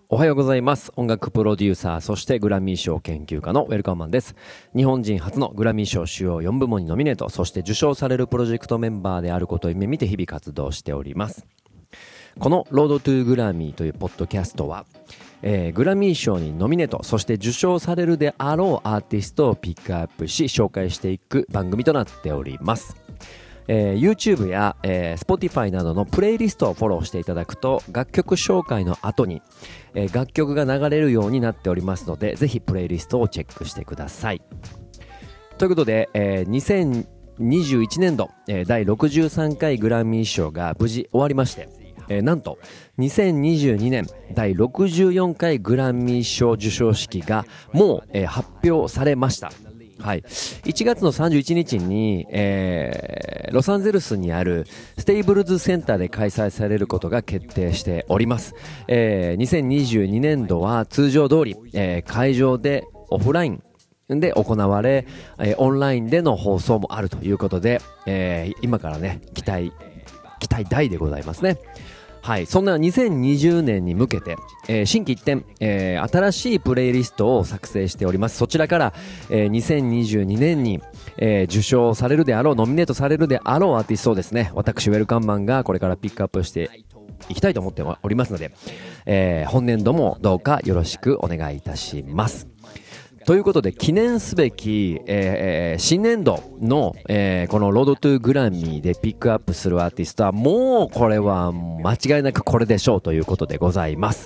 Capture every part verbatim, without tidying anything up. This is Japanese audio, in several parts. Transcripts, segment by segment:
おはようございます。音楽プロデューサー、そしてグラミー賞研究家のウェルカムマンです。日本人初のグラミー賞主要よん部門にノミネート、そして受賞されるプロジェクトメンバーであることを夢見て日々活動しております。このロードトゥーグラミーというポッドキャストは、えー、グラミー賞にノミネート、そして受賞されるであろうアーティストをピックアップし紹介していく番組となっております。えー、YouTube や、えー、Spotify などのプレイリストをフォローしていただくと楽曲紹介の後に、えー、楽曲が流れるようになっておりますので、ぜひプレイリストをチェックしてください。ということで、えー、にせんにじゅういちねんど、えー、だいろくじゅうさんかいグラミー賞が無事終わりまして、えー、なんとにせんにじゅうにねんだいろくじゅうよんかいグラミー賞授賞式がもう、えー、発表されました。はい、いちがつのさんじゅういちにちに、えー、ロサンゼルスにあるステイブルズセンターで開催されることが決定しております。えー、にせんにじゅうにねんどは通常通り、えー、会場でオフラインで行われ、えー、オンラインでの放送もあるということで、えー、今からね期待期待大でございますね。はい、そんなにせんにじゅうねんに向けて、えー、新規一点、えー、新しいプレイリストを作成しております。そちらから、えー、にせんにじゅうにねんに、えー、受賞されるであろう、ノミネートされるであろうアーティストをですね、私ウェルカムマンがこれからピックアップしていきたいと思っておりますので、えー、本年度もどうかよろしくお願いいたします。ということで記念すべき、えー、新年度の、えー、このロードトゥーグラミーでピックアップするアーティストはもうこれは間違いなくこれでしょうということでございます。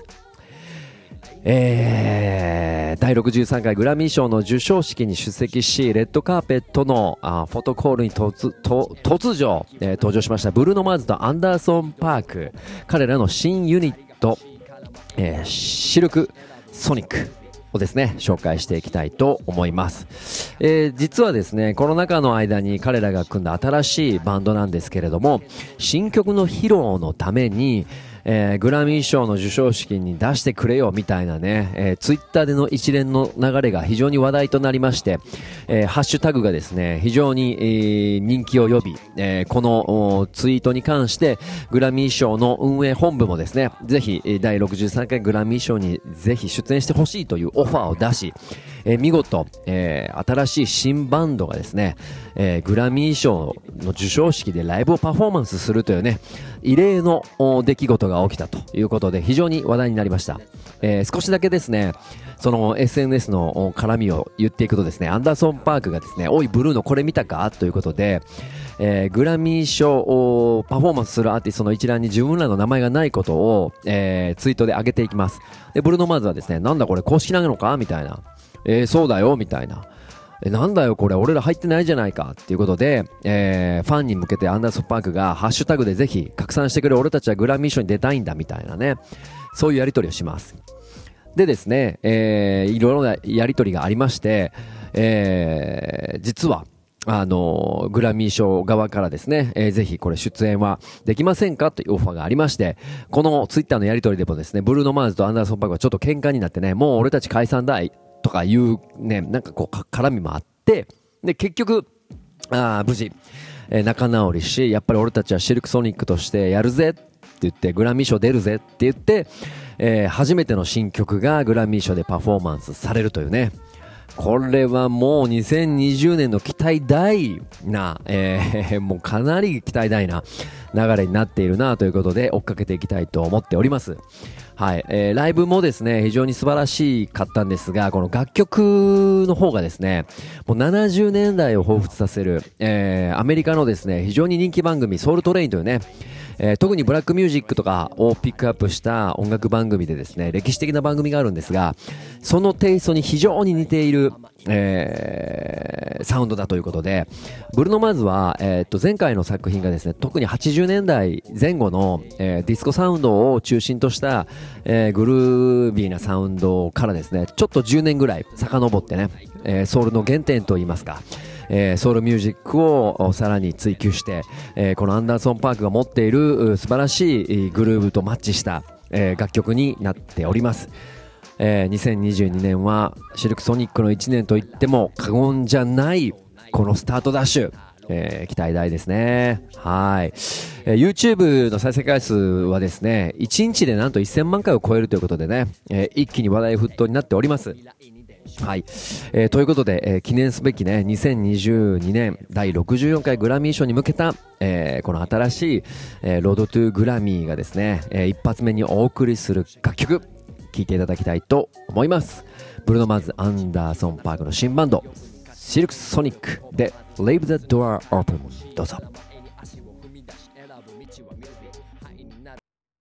えー、だいろくじゅうさんかいグラミー賞の授賞式に出席しレッドカーペットのあフォトコールに突と突如、えー、登場しましたブルーノ・マーズとアンダーソン・パーク、彼らの新ユニット、えー、シルク・ソニックをですね紹介していきたいと思います。えー、実はですねコロナ禍の間に彼らが組んだ新しいバンドなんですけれども、新曲の披露のためにえー、グラミー賞の授賞式に出してくれよみたいなね、えー、ツイッターでの一連の流れが非常に話題となりまして、えー、ハッシュタグがですね非常に、えー、人気を呼び、えー、このツイートに関してグラミー賞の運営本部もですねぜひだいろくじゅうさんかいグラミー賞にぜひ出演してほしいというオファーを出し、えー、見事、えー、新しい新バンドがですね、えー、グラミー賞の授賞式でライブをパフォーマンスするというね異例の出来事が起きたということで非常に話題になりました。えー、少しだけですねその エスエヌエス の絡みを言っていくとですね、アンダーソン・パークがですねおいブルーのこれ見たかということで、えー、グラミー賞をパフォーマンスするアーティストの一覧に自分らの名前がないことを、えー、ツイートで上げていきます。でブルーノ・マーズはですねなんだこれ公式なのかみたいな、えー、そうだよみたいな、えなんだよこれ俺ら入ってないじゃないかっていうことで、えー、ファンに向けてアンダーソン・パークがハッシュタグでぜひ拡散してくれ、俺たちはグラミー賞に出たいんだみたいなね、そういうやり取りをします。でですね、えー、いろいろなやり取りがありまして、えー、実はあのー、グラミー賞側からですね、えー、ぜひこれ出演はできませんかというオファーがありまして、このツイッターのやり取りでもですねブルーノ・マーズとアンダーソン・パークはちょっと喧嘩になってね、もう俺たち解散だいとかいうねなんかこう絡みもあって、で結局あ無事、えー、仲直りし、やっぱり俺たちはシルクソニックとしてやるぜって言ってグラミー賞出るぜって言って、えー、初めての新曲がグラミー賞でパフォーマンスされるというね、これはもうにせんにじゅうねんの期待大な、えー、もうかなり期待大な流れになっているなということで追っかけていきたいと思っております。はい、えー、ライブもですね非常に素晴らしかったんですが、この楽曲の方がですねもうななじゅうねんだいを彷彿させる、えー、アメリカのですね非常に人気番組ソウルトレインというね、えー、特にブラックミュージックとかをピックアップした音楽番組でですね歴史的な番組があるんですが、そのテイストに非常に似ている、えー、サウンドだということで、ブルーノ・マーズは、えー、っと前回の作品がですね特にはちじゅうねんだいぜん後の、えー、ディスコサウンドを中心とした、えー、グルービーなサウンドからですねちょっとじゅうねんぐらい遡ってね、えー、ソウルの原点といいますか、えー、ソウルミュージックをさらに追求して、えー、このアンダーソン・パークが持っている素晴らしいグルーヴとマッチした、えー、楽曲になっております。えー、にせんにじゅうにねんはシルクソニックのいちねんといっても過言じゃないこのスタートダッシュ、 えー、期待大ですね。はい、えー、YouTube の再生回数はですね、いちにちでなんとせんまんかいを超えるということでね、えー、一気に話題沸騰になっております。はい、えー、ということで、えー、記念すべきねにせんにじゅうにねんだいろくじゅうよんかいグラミー賞に向けた、えー、この新しい、えー、ロードトゥーグラミーがですね、えー、一発目にお送りする楽曲聴いていただきたいと思います。ブルーノ・マーズ・アンダーソン・パークの新バンドシルク・ソニックで Leave the Door Open、 どうぞ。